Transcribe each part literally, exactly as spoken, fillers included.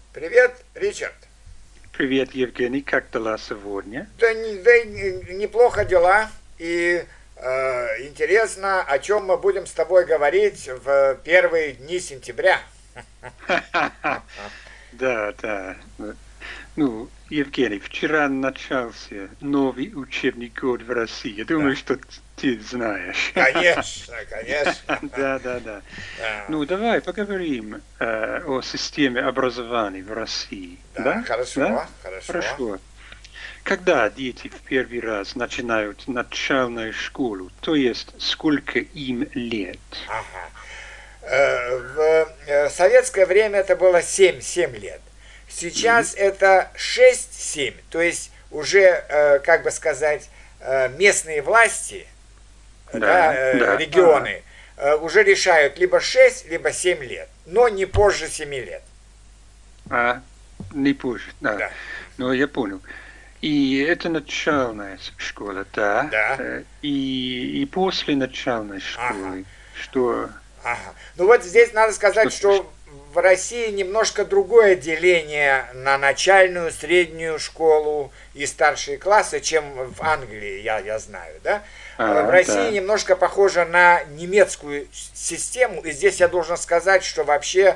Привет, Ричард. Привет, Евгений, как дела сегодня? Да, не- да не- неплохо дела. И э, интересно, о чем мы будем с тобой говорить в первые дни сентября. Да, да. Ну, Евгений, вчера начался новый учебный год в России. Я думаю, Да. что ты знаешь. Конечно, конечно. Да, да, да. Да, Ну, давай поговорим э, о системе образования в России. да, Да? хорошо, Да? хорошо. Хорошо. Когда дети в первый раз начинают начальную школу, то есть сколько им лет? Ага. Э, В э, советское время это было семь семь лет. Мгм. Сейчас это шесть-семь. То есть уже, э, как бы сказать, э, местные власти, да, Да, э, да. Ага. регионы, э, уже решают либо шесть, либо семь лет, но не позже семи лет. А, не позже, да. Да, Ну, я понял. И это начальная с- школа, да. да, Э, И, и после начальной ага, школы, что, ага. Ну вот здесь надо что, сказать, ш- что в России немножко другое деление на начальную, среднюю школу и старшие классы, чем в Англии, я, я знаю, да. Э, В а, России да, немножко похоже на немецкую с- систему, и здесь я должен сказать, что вообще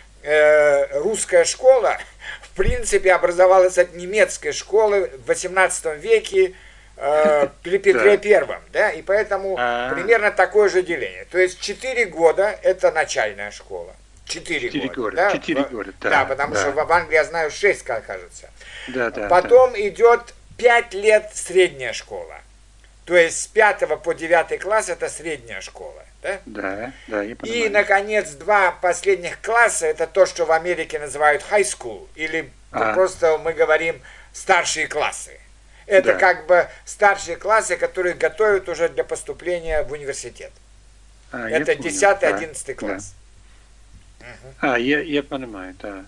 э, русская школа, в принципе, образовалась от немецкой школы в восемнадцатом веке э, при Петре да, Первом, да, и поэтому а, примерно такое же деление. То есть четыре года это начальная школа. Четыре четыре года, года, да? четыре года, Да, да, потому что да, в Англии, я знаю, шесть, как кажется. да, да, да, Потом идет пять лет средняя школа. То есть с пятого по девятый класс это средняя школа. Да? да, да, я И, понимаю. наконец, два последних класса, это то, что в Америке называют high school, или А, просто мы говорим старшие классы. Это да, как бы старшие классы, которые готовят уже для поступления в университет. а, я Это понял, десятый, да, одиннадцатый да. класс. Мгм. А, я, я понимаю, да.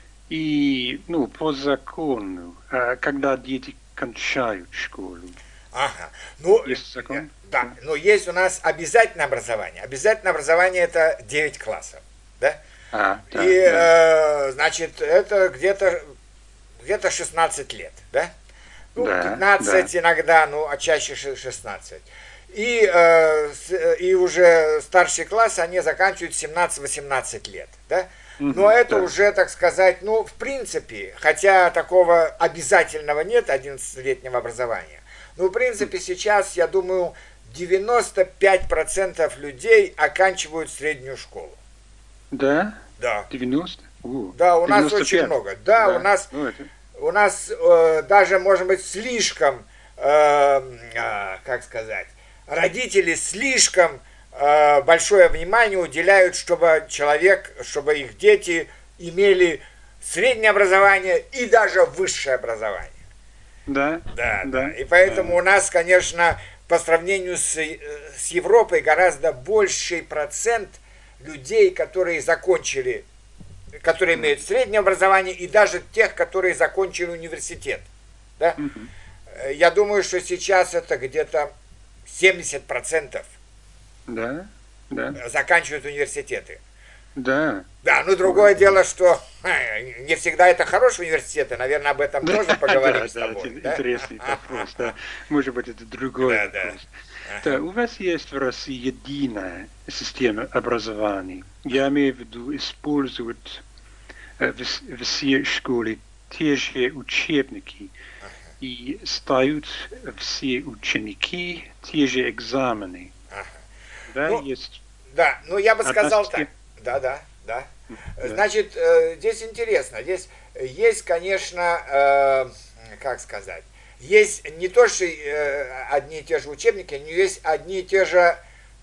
И, ну, по закону, а, когда дети кончают школу, Ага. Ну, есть э, закон? да, Да. но есть у нас обязательное образование. Обязательное образование это девять классов. Да? А, И, да, да. э, значит, это где-то где-то шестнадцать лет, да? Ну, Да, да. пятнадцать иногда, ну, а чаще шестнадцать. И, э, и уже старший класс, они заканчивают семнадцать-восемнадцать лет, да? Но Мгм, это да. уже, так сказать, ну, в принципе, хотя такого обязательного нет одиннадцатилетнего образования, но, в М, принципе, сейчас, я думаю, девяносто пять процентов людей оканчивают среднюю школу. Да? Да. девяносто? У, Да, у нас очень девяносто пять. много. Да, у Да. нас Ну, это, у нас э, даже, может быть, слишком, э, э, как сказать, родители слишком э, большое внимание уделяют, чтобы человек, чтобы их дети имели среднее образование и даже высшее образование. да, Да, да. да, И поэтому да. у нас, конечно, по сравнению с, э, с Европой гораздо больший процент людей, которые закончили, которые М, имеют среднее образование, и даже тех, которые закончили университет. Да? мгм. Э, Я думаю, что сейчас это где-то семьдесят процентов Да, да, заканчивают университеты. да. Да, ну Ой, другое дело, что э, не всегда это хорошие университеты, наверное, об этом да, тоже поговорим да, с да, это тобой. Да, интересный вопрос, да. Может быть, это другой да. Да. вопрос. Да, Ага. у вас есть в России единая система образования. Я имею в виду, используют э, в, с- в всей школе те же учебники и ставят все ученики те же экзамены. Ага. Да, Ну, есть да, ну я бы одна сказал так. система. Да, да, да. Да. Значит, э, здесь интересно. Здесь есть, конечно, э, как сказать, есть не то, что э, одни и те же учебники, но есть одни и те же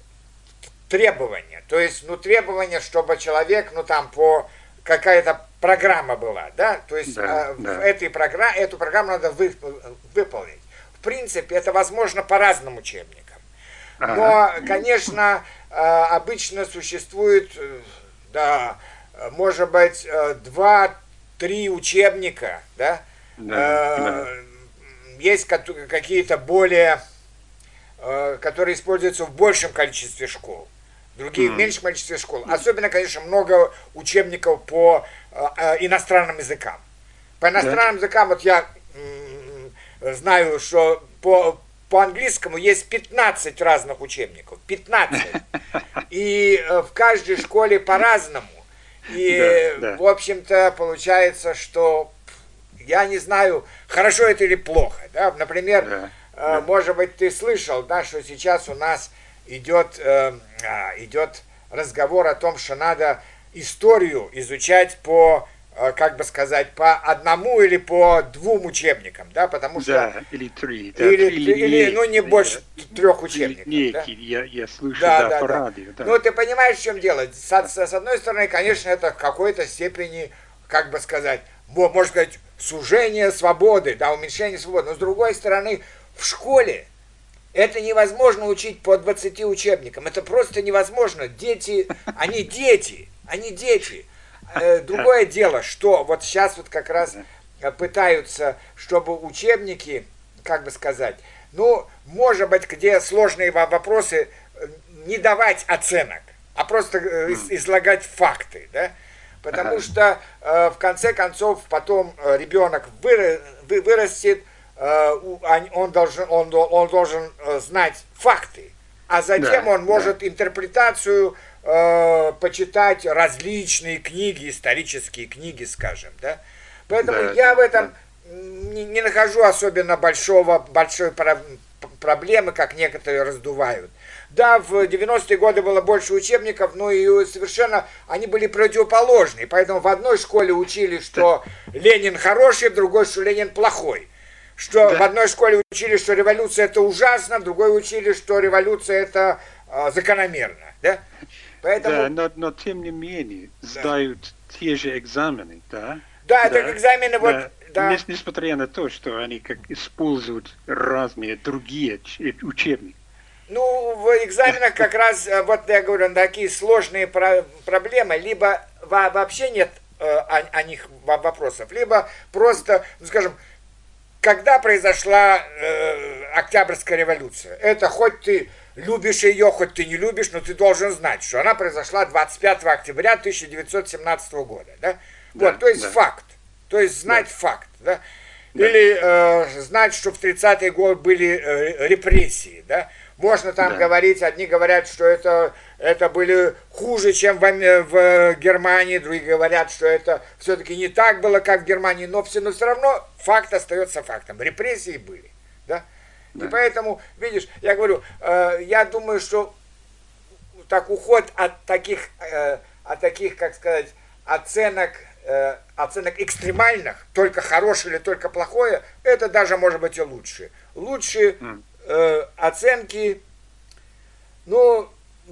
требования. То есть, ну, требования, чтобы человек, ну, там, по какая-то программа была, да, то есть Да, э, в да. этой программе, эту программу надо вы, выполнить. В принципе, это возможно по разным учебникам. Ага. Но, конечно, э, обычно существует, э, да, э, может быть, э, два-три учебника, да, Да, да. Э, есть кото- какие-то более, э, которые используются в большем количестве школ, другие в М, меньшем количестве школ. Особенно, конечно, много учебников по иностранным языкам. По иностранным да. языкам, вот я знаю, что по, по английскому есть пятнадцать разных учебников. пятнадцать. И в каждой школе по-разному. И, да, да. в общем-то, получается, что я не знаю, хорошо это или плохо. Да? Например, да, да. может быть, ты слышал, да, что сейчас у нас идет, идет разговор о том, что надо историю изучать по, как бы сказать, по одному или по двум учебникам, да, потому что... Да, или три. Да, или, три или, ну, не больше да, трех учебников. Некий, да? я, я слышу, да, да, да, по да. радио. Да. Ну, ты понимаешь, в чем дело? С, с, с одной стороны, конечно, это в какой-то степени, как бы сказать, можно сказать, сужение свободы, да, уменьшение свободы, но с другой стороны, в школе это невозможно учить по двадцати учебникам, это просто невозможно. Дети, они дети, они дети. Другое дело, что вот сейчас вот как раз пытаются, чтобы учебники, как бы сказать, ну, может быть, где сложные вопросы, не давать оценок, а просто излагать факты, да? Потому что в конце концов потом ребенок вырастет, он должен, он, он должен знать факты, а затем да, он может да. интерпретацию э, почитать различные книги, исторические книги, скажем, да. Поэтому да, я да, в этом да. не, не нахожу особенно большого, большой про, проблемы, как некоторые раздувают. Да, в девяностые годы было больше учебников, но и совершенно они были противоположные. Поэтому в одной школе учили, что Ленин хороший, в другой, что Ленин плохой. Что да. в одной школе учили, что революция это ужасно, в другой учили, что революция это э, закономерно. Да? Поэтому... да, но, но тем не менее да. сдают те же экзамены, да? Да, да. это экзамены вот... Да. Да. Несмотря на то, что они как используют разные другие учебники. Ну, в экзаменах как раз, вот я говорю, такие сложные про- проблемы, либо вообще нет э, о, о них вопросов, либо просто, ну, скажем, когда произошла э, Октябрьская революция? Это хоть ты любишь ее, хоть ты не любишь, но ты должен знать, что она произошла двадцать пятого октября тысяча девятьсот семнадцатого года. Да? Да, вот, то есть да. факт. То есть знать да. факт. Да? Да. Или э, знать, что в тридцатые годы были э, репрессии. Да? Можно там да. говорить, одни говорят, что это, это были хуже, чем в, в Германии, другие говорят, что это все-таки не так было, как в Германии, но все, но все равно факт остается фактом. Репрессии были. Да? Да. И поэтому, видишь, я говорю, э, я думаю, что так уход от таких, э, от таких, как сказать, оценок, э, оценок экстремальных, только хорошее или только плохое, это даже может быть и лучше. Лучше mm. э, оценки, ну,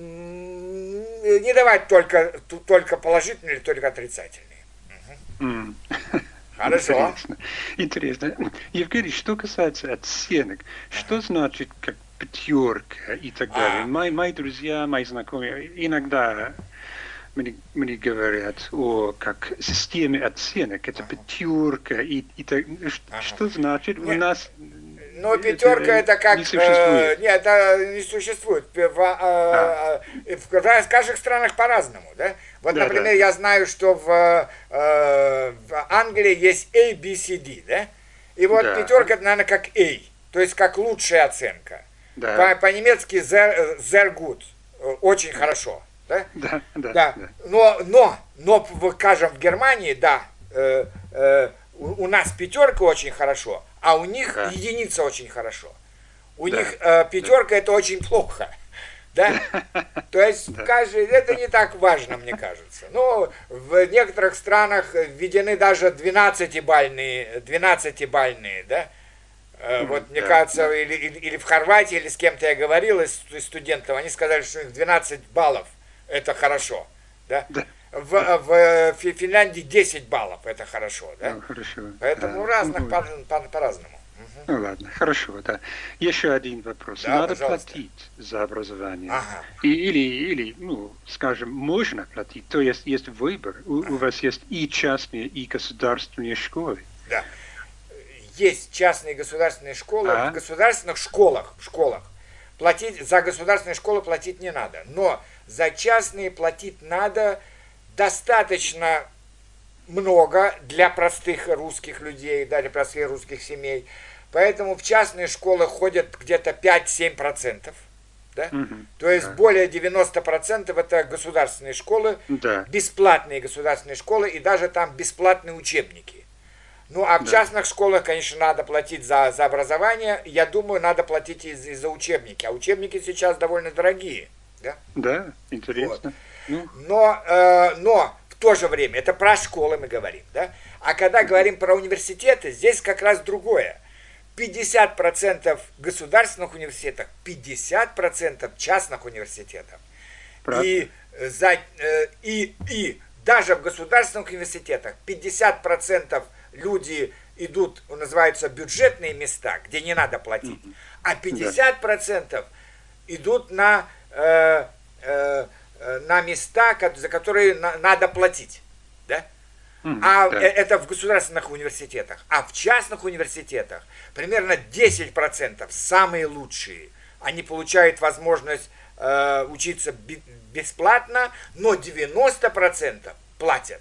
не давать только, только положительные или только отрицательные. Угу. Mm. Хорошо. Интересно. Интересно. Евгений, что касается оценок, ага. что значит как пятерка и так далее? А. Мои, мои друзья, мои знакомые иногда мне, мне говорят о как системе оценок, это ага. пятерка и, и так. Ага. Что значит нет. у нас? Ну, пятерка это, это как... Не существует. Э, нет, это не существует. В, э, а. в, в каждых странах по-разному, да? Вот, да, например, да. я знаю, что в, э, в Англии есть A, B, C, D, да? И вот да. пятерка, это, наверное, как A, то есть как лучшая оценка. Да. По, по-немецки sehr, sehr gut, очень хорошо, да? Да, да. да. да. Но, но, но, скажем, в Германии, да, э, э, у, у нас пятерка очень хорошо, а у них да. единица очень хорошо. У да. них э, пятерка да. это очень плохо. Да? То есть да. каждый, это не так важно, мне кажется. Но в некоторых странах введены даже двенадцатибалльные, двенадцатибалльные, да? Mm, вот, мне да, кажется, да. Или, или, или в Хорватии, или с кем-то я говорил из студентов, они сказали, что у них двенадцать баллов это хорошо. Да? Да. В, в Финляндии десять баллов это хорошо. Да? Ну, хорошо. Поэтому у разных угу. по, по, по-разному. Ну ладно, хорошо, да. Еще один вопрос. Да, надо пожалуйста. платить за образование? Ага. И, или, или, ну, скажем, можно платить, то есть есть выбор. У, ага. у вас есть и частные, и государственные школы. Да. Есть частные и государственные школы. А? В государственных школах, в школах платить, за государственные школы платить не надо. Но за частные платить надо достаточно много для простых русских людей, да, для простых русских семей. Поэтому в частные школы ходят где-то пять-семь процентов. Да? Mm-hmm. То есть да. более девяносто процентов это государственные школы, да. бесплатные государственные школы и даже там бесплатные учебники. Ну а в да. частных школах, конечно, надо платить за, за образование. Я думаю, надо платить и, и за учебники. А учебники сейчас довольно дорогие. Да, да интересно. Вот. Ну. Но, э, но в то же время, это про школы мы говорим. Да? А когда говорим про университеты, здесь как раз другое. пятьдесят процентов государственных университетов, пятьдесят процентов частных университетов. И, за, и, и даже в государственных университетах пятьдесят процентов люди идут, называются бюджетные места, где не надо платить, а пятьдесят процентов идут на, э, э, на места, за которые на, надо платить. Да? Mm-hmm, а да. это в государственных университетах. А в частных университетах примерно десять процентов самые лучшие. Они получают возможность э, учиться би- бесплатно, но девяносто процентов платят.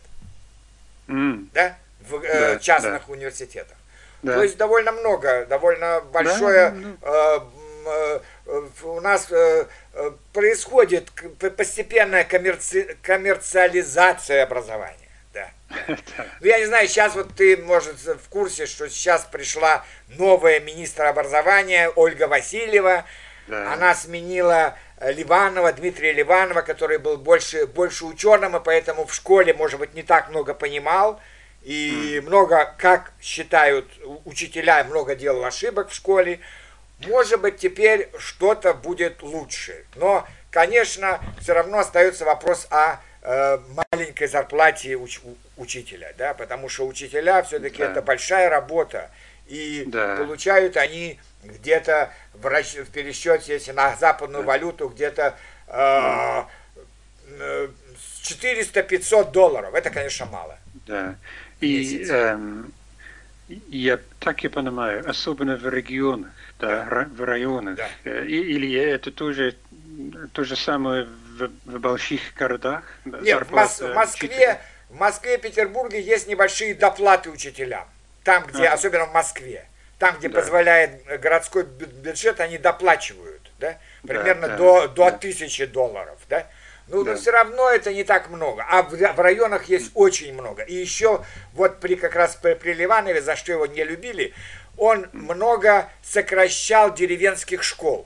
Mm. Да? В э, да, частных да. университетах. Да. То есть довольно много, довольно большое... Да, да. Э, э, у нас э, э, происходит постепенная коммерци- коммерциализация образования. Да. Ну, я не знаю, сейчас вот ты, может, в курсе, что сейчас пришла новая министр образования Ольга Васильева. Да. Она сменила Ливанова, Дмитрия Ливанова, который был больше, больше ученым, и поэтому в школе, может быть, не так много понимал. И mm. много, как считают учителя, много делал ошибок в школе. Может быть, теперь что-то будет лучше. Но, конечно, все равно остается вопрос о маленькой зарплате уч- учителя, да, потому что учителя все-таки да. это большая работа, и да. получают они где-то в, расч... в пересчете, если на западную да. валюту, где-то э, э, четыреста-пятьсот долларов. Это, конечно, мало. Да. И эм, я так и понимаю, особенно в регионах, да, да. в районах, да. или это тоже то же самое в, в больших городах? Нет, в, Мос- в Москве, в Москве, Петербурге есть небольшие доплаты учителям. Там, где, ага. особенно в Москве, там, где да. позволяет городской бюджет, они доплачивают, да, примерно да, до, да, до да. тысячи долларов, да. Ну, да. но все равно это не так много. А в, в районах есть mm. очень много. И еще вот при как раз при, при Ливанове, за что его не любили, он mm. много сокращал деревенских школ.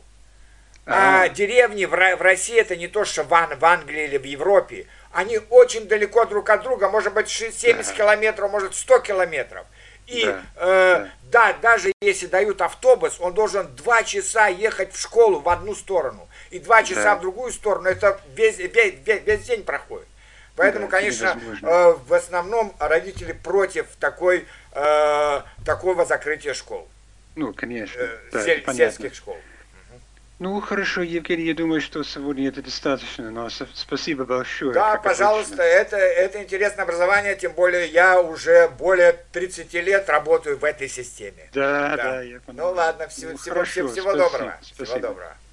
А, а деревни в, в России это не то, что в, Ан, в Англии или в Европе. Они очень далеко друг от друга, может быть семьдесят да. километров, может сто километров. И да. Э, да. да, даже если дают автобус, он должен два часа ехать в школу в одну сторону. И два часа да. в другую сторону, это весь, весь, весь, весь день проходит. Поэтому, да, конечно, э, в основном родители против такой, э, такого закрытия школ. Ну, конечно. Э, да, сель, сельских школ. Ну, хорошо, Евгений, я думаю, что сегодня это достаточно, но спасибо большое. Да, пожалуйста, это, это интересное образование, тем более я уже более тридцати лет работаю в этой системе. Да, да, да я понимаю. Ну ладно, всего, ну, всего, хорошо, всего, всего доброго. Спасибо. Всего доброго.